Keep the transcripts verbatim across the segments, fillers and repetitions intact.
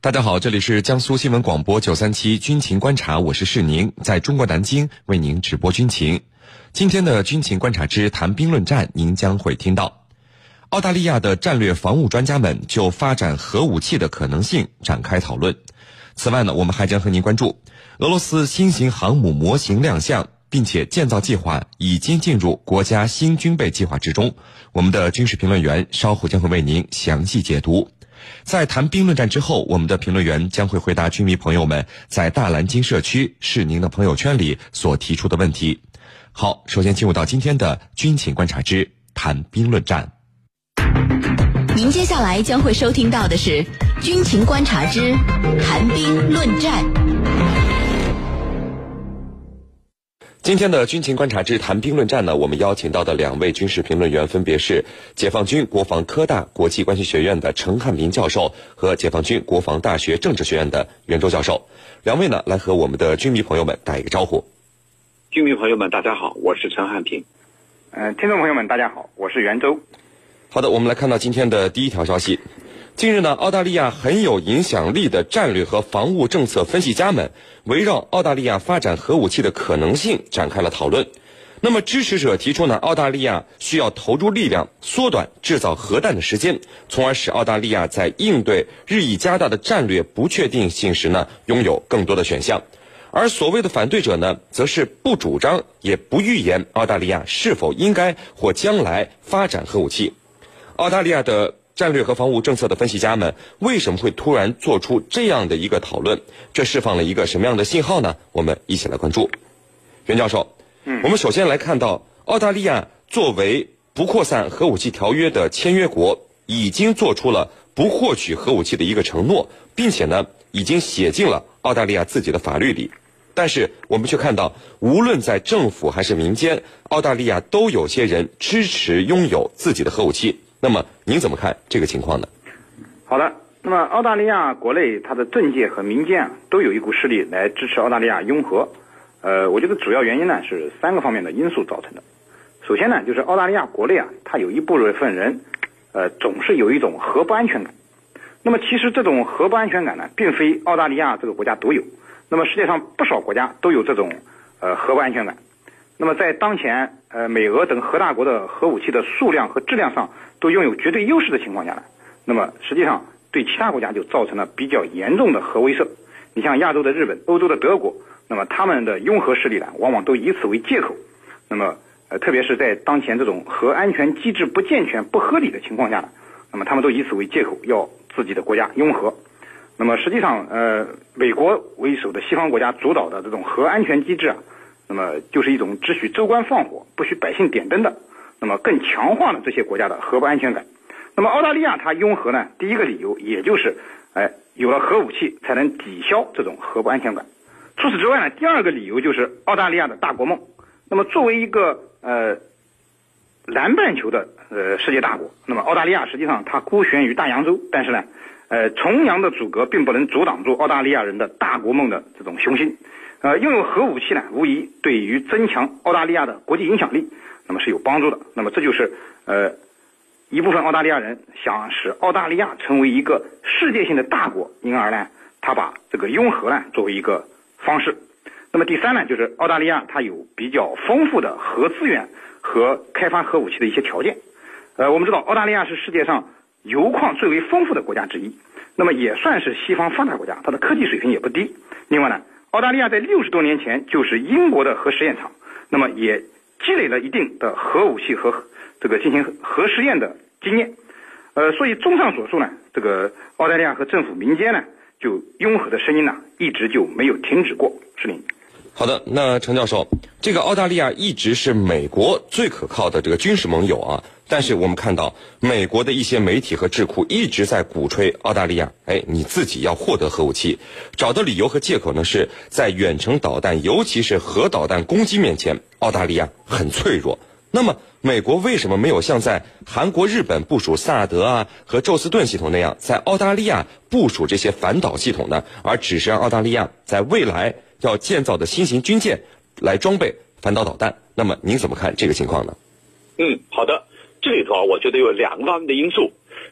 大家好，这里是江苏新闻广播九三七军情观察，我是世宁，在中国南京为您直播军情。今天的军情观察之谈兵论战，您将会听到澳大利亚的战略防务专家们就发展核武器的可能性展开讨论。此外呢，我们还将和您关注俄罗斯新型航母模型亮相，并且建造计划已经进入国家新军备计划之中。我们的军事评论员稍后将会为您详细解读。在谈兵论战之后，我们的评论员将会回答军迷朋友们在大蓝鲸社区是您的朋友圈里所提出的问题。好，首先进入到今天的军情观察之谈兵论战。 您接下来将会收听到的是军情观察之谈兵论战。 今天的军情观察之谈兵论战呢，我们邀请到的两位军事评论员分别是解放军国防科大国际关系学院的陈汉平教授和解放军国防大学政治学院的袁周教授。两位呢，来和我们的军迷朋友们打一个招呼。 军迷朋友们大家好，我是陈汉平。 呃，听众朋友们大家好，我是袁周。 好的，我们来看到今天的第一条消息。近日呢，澳大利亚很有影响力的战略和防务政策分析家们围绕澳大利亚发展核武器的可能性展开了讨论。那么支持者提出呢，澳大利亚需要投入力量缩短制造核弹的时间，从而使澳大利亚在应对日益加大的战略不确定性时呢，拥有更多的选项。而所谓的反对者呢，则是不主张也不预言澳大利亚是否应该或将来发展核武器。澳大利亚的战略和防务政策的分析家们为什么会突然做出这样的一个讨论？这释放了一个什么样的信号呢？我们一起来关注。袁教授，嗯，我们首先来看到澳大利亚作为不扩散核武器条约的签约国，已经做出了不获取核武器的一个承诺，并且呢，已经写进了澳大利亚自己的法律里。但是我们却看到，无论在政府还是民间，澳大利亚都有些人支持拥有自己的核武器。那么您怎么看这个情况呢？ 好的，那么澳大利亚国内它的政界和民间啊，都有一股势力来支持澳大利亚拥核。呃，我觉得主要原因呢是三个方面的因素造成的。首先呢，就是澳大利亚国内啊，它有一部分人，呃，总是有一种核不安全感。那么其实这种核不安全感呢，并非澳大利亚这个国家独有。那么世界上不少国家都有这种呃核不安全感。那么在当前呃美俄等核大国的核武器的数量和质量上都拥有绝对优势的情况下呢，那么实际上对其他国家就造成了比较严重的核威慑。你像亚洲的日本、欧洲的德国，那么他们的拥核势力呢，往往都以此为借口。那么呃特别是在当前这种核安全机制不健全、不合理的情况下呢，那么他们都以此为借口要自己的国家拥核。那么实际上呃美国为首的西方国家主导的这种核安全机制啊，那么就是一种只许州官放火，不许百姓点灯的，那么更强化了这些国家的核不安全感。那么澳大利亚它拥核呢，第一个理由也就是哎有了核武器才能抵消这种核不安全感。除此之外呢，第二个理由就是澳大利亚的大国梦。那么作为一个呃南半球的呃世界大国，那么澳大利亚实际上它孤悬于大洋洲，但是呢呃重洋的阻隔并不能阻挡住澳大利亚人的大国梦的这种雄心。呃，拥有核武器呢，无疑对于增强澳大利亚的国际影响力，那么是有帮助的。那么这就是呃一部分澳大利亚人想使澳大利亚成为一个世界性的大国，因而呢，他把这个拥核呢作为一个方式。那么第三呢，就是澳大利亚它有比较丰富的核资源和开发核武器的一些条件。呃，我们知道澳大利亚是世界上铀矿最为丰富的国家之一，那么也算是西方发达国家，它的科技水平也不低。另外呢，澳大利亚在六十多年前就是英国的核实验场，那么也积累了一定的核武器和这个进行核试验的经验。呃，所以综上所述呢，这个澳大利亚和政府民间呢，就拥核的声音呢，一直就没有停止过。是您。 好的，那陈教授，这个澳大利亚一直是美国最可靠的这个军事盟友啊，但是我们看到美国的一些媒体和智库一直在鼓吹澳大利亚，哎，你自己要获得核武器，找的理由和借口呢是在远程导弹，尤其是核导弹攻击面前，澳大利亚很脆弱。那么美国为什么没有像在韩国、日本部署萨德啊和宙斯盾系统那样，在澳大利亚部署这些反导系统呢？而只是让澳大利亚在未来要建造的新型军舰来装备反导导弹。那么您怎么看这个情况呢？ 嗯，好的，这里头啊，我觉得有两个方面的因素。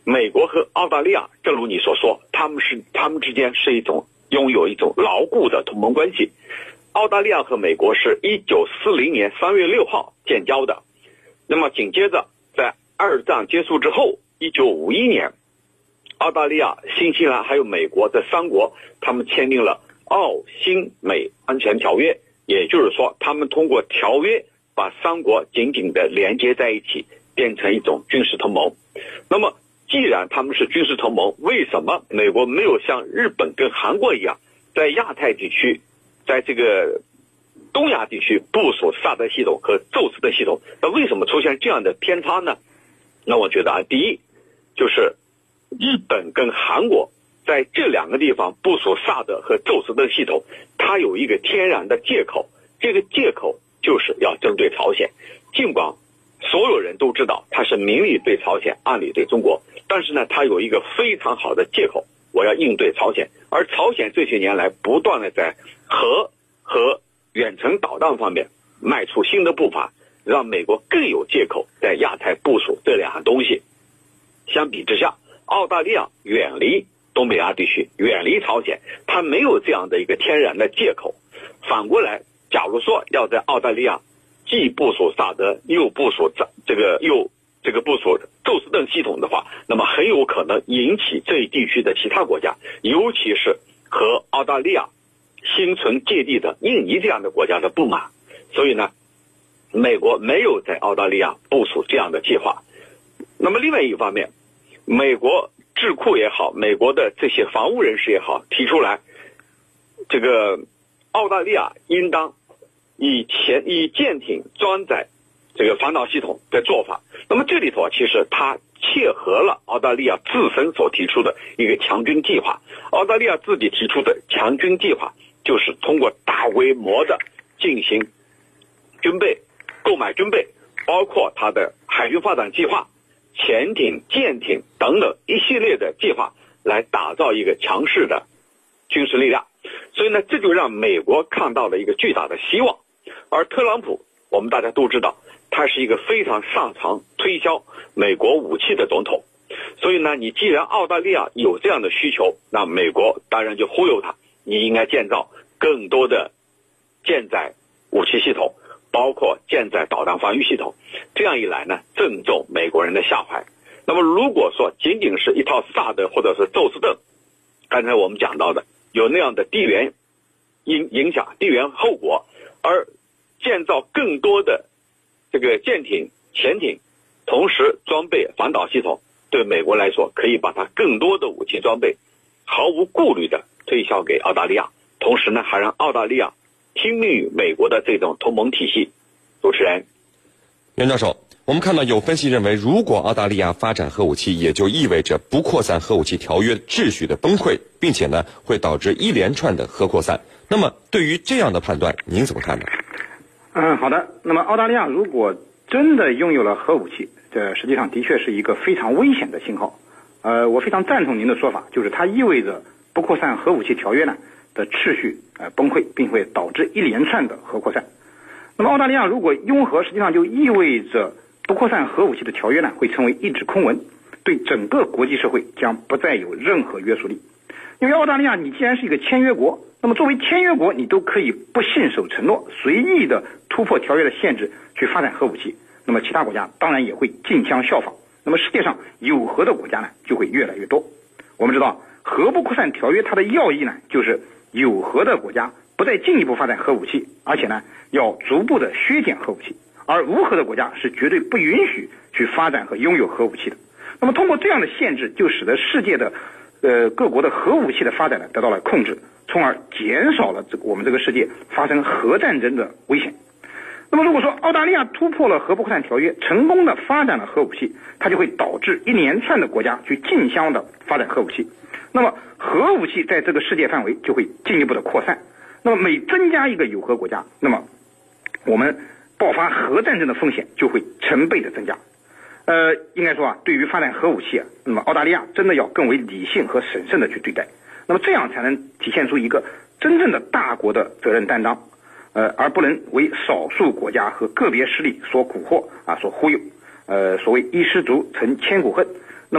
美国和澳大利亚，正如你所说，他们是他们之间是一种拥有一种牢固的同盟关系。澳大利亚和美国是一九四零年三月六号建交的，那么紧接着在二战结束之后，一九五一年，澳大利亚、新西兰还有美国这三国，他们签订了澳新美安全条约，也就是说，他们通过条约把三国紧紧地连接在一起，变成一种军事同盟。那么既然他们是军事同盟，为什么美国没有像日本跟韩国一样，在亚太地区，在这个东亚地区部署萨德系统和宙斯的系统？那为什么出现这样的偏差呢？那我觉得啊，第一就是日本跟韩国在这两个地方部署萨德和宙斯的系统，它有一个天然的借口，这个借口就是要针对朝鲜。尽管所有人都知道它是明里对朝鲜，暗里对中国，但是呢，它有一个非常好的借口，我要应对朝鲜。而朝鲜这些年来不断的在核和远程导弹方面迈出新的步伐，让美国更有借口在亚太部署这两样东西。相比之下，澳大利亚远离东北亚地区，远离朝鲜，它没有这样的一个天然的借口。反过来，假如说要在澳大利亚既部署萨德又部署这个又这个部署宙斯等系统的话，那么很有可能引起这一地区的其他国家，尤其是和澳大利亚心存芥蒂的印尼这样的国家的不满。所以呢，美国没有在澳大利亚部署这样的计划。那么另外一方面，美国智库也好，美国的这些防务人士也好，提出来这个澳大利亚应当以前以舰艇装载这个反导系统的做法。那么这里头其实它切合了澳大利亚自身所提出的一个强军计划。澳大利亚自己提出的强军计划就是通过大规模的进行军备、购买军备，包括它的海军发展计划、潜艇、舰艇等等一系列的计划，来打造一个强势的军事力量。所以呢，这就让美国看到了一个巨大的希望。而特朗普，我们大家都知道，他是一个非常擅长推销美国武器的总统。所以呢，你既然澳大利亚有这样的需求，那美国当然就忽悠他，你应该建造更多的舰载武器系统，包括舰载导弹防御系统。这样一来呢，正中美国人的下怀。那么如果说仅仅是一套萨德或者是宙斯盾，刚才我们讲到的有那样的地缘影影响、地缘后果，而建造更多的这个舰艇、潜艇，同时装备反导系统，对美国来说可以把它更多的武器装备毫无顾虑的推销给澳大利亚，同时呢，还让澳大利亚听命于美国的这种同盟体系。主持人， 袁教授，我们看到有分析认为，如果澳大利亚发展核武器，也就意味着不扩散核武器条约秩序的崩溃，并且呢，会导致一连串的核扩散。那么对于这样的判断，您怎么看呢？ 嗯，好的。那么澳大利亚如果真的拥有了核武器，这实际上的确是一个非常危险的信号。呃，我非常赞同您的说法，就是它意味着不扩散核武器条约呢的秩序呃崩溃，并会导致一连串的核扩散。那么澳大利亚如果拥核，实际上就意味着不扩散核武器的条约呢会成为一纸空文，对整个国际社会将不再有任何约束力。因为澳大利亚，你既然是一个签约国，那么作为签约国，你都可以不信守承诺，随意的突破条约的限制去发展核武器，那么其他国家当然也会竞相效仿。那么世界上有核的国家呢就会越来越多。我们知道核不扩散条约它的要义呢，就是有核的国家不再进一步发展核武器，而且呢要逐步的削减核武器，而无核的国家是绝对不允许去发展和拥有核武器的。那么通过这样的限制，就使得世界的呃各国的核武器的发展呢得到了控制，从而减少了这个我们这个世界发生核战争的危险。那么如果说澳大利亚突破了核不扩散条约，成功的发展了核武器，它就会导致一连串的国家去竞相的发展核武器，那么核武器在这个世界范围就会进一步的扩散。那么每增加一个有核国家，那么我们爆发核战争的风险就会成倍的增加。呃，应该说啊，对于发展核武器啊，那么澳大利亚真的要更为理性和审慎的去对待，那么这样才能体现出一个真正的大国的责任担当，呃，而不能为少数国家和个别势力所蛊惑啊，所忽悠。呃，所谓一失足成千古恨。那么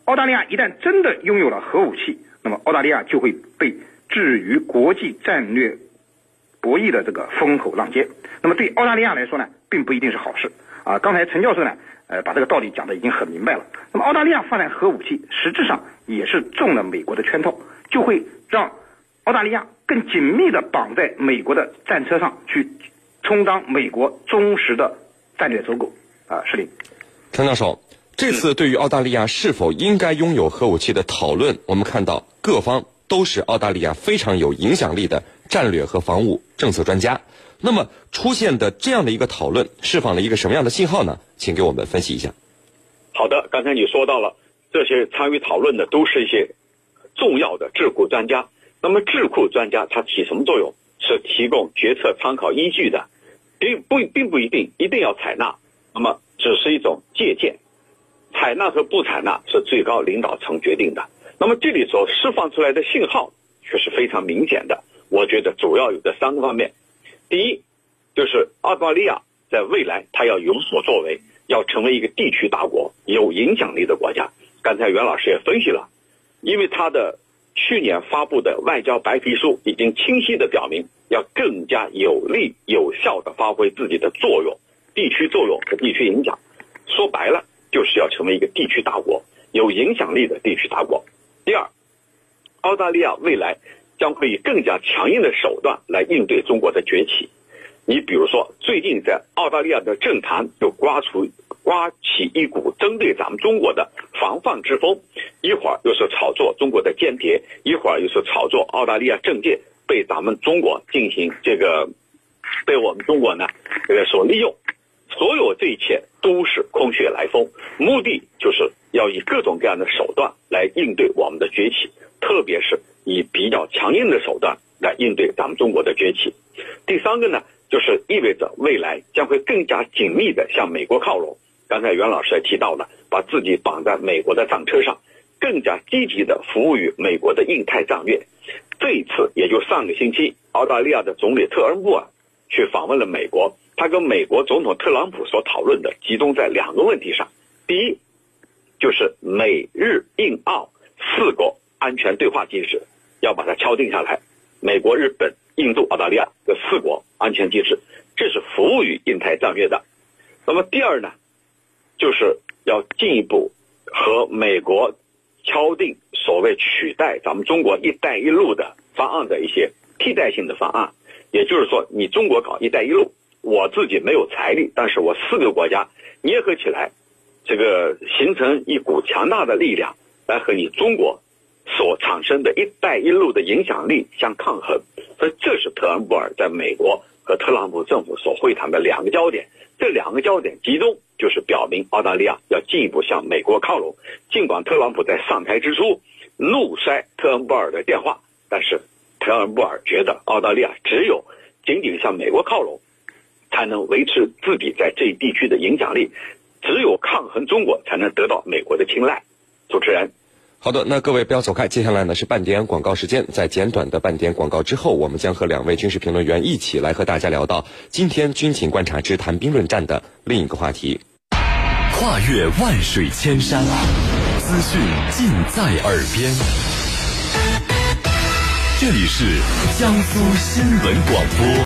澳大利亚一旦真的拥有了核武器，那么澳大利亚就会被置于国际战略博弈的这个风口浪尖。那么对澳大利亚来说呢，并不一定是好事啊。刚才陈教授呢，呃，把这个道理讲得已经很明白了。那么澳大利亚发展核武器，实质上也是中了美国的圈套，就会让澳大利亚更紧密地绑在美国的战车上，去充当美国忠实的战略走狗啊。是的， 陈教授，这次对于澳大利亚是否应该拥有核武器的讨论，我们看到各方都是澳大利亚非常有影响力的战略和防务政策专家。那么出现的这样的一个讨论，释放了一个什么样的信号呢？请给我们分析一下。 好的，刚才你说到了，这些参与讨论的都是一些重要的智库专家。那么智库专家他起什么作用？是提供决策参考依据的，并不并不一定一定要采纳，那么只是一种借鉴。采纳和不采纳是最高领导层决定的。那么这里所释放出来的信号却是非常明显的，我觉得主要有这三个方面。第一，就是澳大利亚在未来它要有所作为，要成为一个地区大国，有影响力的国家。刚才袁老师也分析了，因为他的去年发布的外交白皮书已经清晰地表明，要更加有力有效地发挥自己的作用，地区作用和地区影响。说白了，就是要成为一个地区大国，有影响力的地区大国。第二，澳大利亚未来将会以更加强硬的手段来应对中国的崛起。你比如说，最近在澳大利亚的政坛就刮出刮起一股针对咱们中国的防范之风，一会儿又是炒作中国的间谍，一会儿又是炒作澳大利亚政界被咱们中国进行这个被我们中国呢这个所利用。所有这一切都是空穴来风，目的就是要以各种各样的手段来应对我们的崛起，特别是以比较强硬的手段来应对咱们中国的崛起。第三个呢，就是意味着未来将会更加紧密地向美国靠拢。刚才袁老师也提到了，把自己绑在美国的战车上，更加积极地服务于美国的印太战略。这一次也就上个星期，澳大利亚的总理特恩布尔去访问了美国，他跟美国总统特朗普所讨论的集中在两个问题上。第一，就是美日印澳四国安全对话机制要把它敲定下来，美国、日本、印度、澳大利亚这四国安全机制，这是服务于印太战略的。那么第二呢，就是要进一步和美国敲定所谓取代咱们中国一带一路的方案的一些替代性的方案。也就是说，你中国搞一带一路，我自己没有财力，但是我四个国家捏合起来，这个形成一股强大的力量来和你中国所产生的一带一路的影响力相抗衡。所以这是特朗普尔在美国和特朗普政府所会谈的两个焦点。这两个焦点集中就是表明澳大利亚要进一步向美国靠拢。尽管特朗普在上台之初怒摔特恩布尔的电话，但是特恩布尔觉得澳大利亚只有仅仅向美国靠拢，才能维持自己在这一地区的影响力，只有抗衡中国才能得到美国的青睐。主持人， 好的，那各位不要走开，接下来呢是半点广告时间。在简短的半点广告之后，我们将和两位军事评论员一起来和大家聊到今天军情观察之谈兵论战的另一个话题。 跨越万水千山，资讯尽在耳边。这里是江苏新闻广播。